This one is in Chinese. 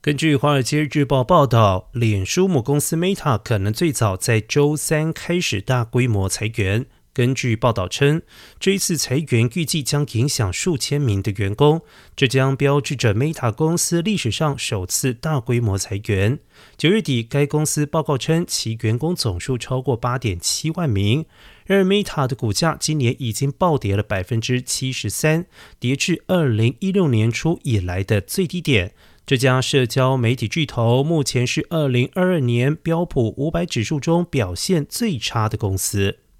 根据《华尔街日报》报道，脸书母公司 Meta 可能最早在周三开始大规模裁员。根据报道称，这一次裁员预计将影响数千名的员工，这将标志着 Meta 公司历史上首次大规模裁员。9月底，该公司报告称其员工总数超过 8.7 万名。然而 Meta 的股价今年已经暴跌了 73%， 跌至2016年初以来的最低点。这家社交媒体巨头目前是2022年标普500指数中表现最差的公司。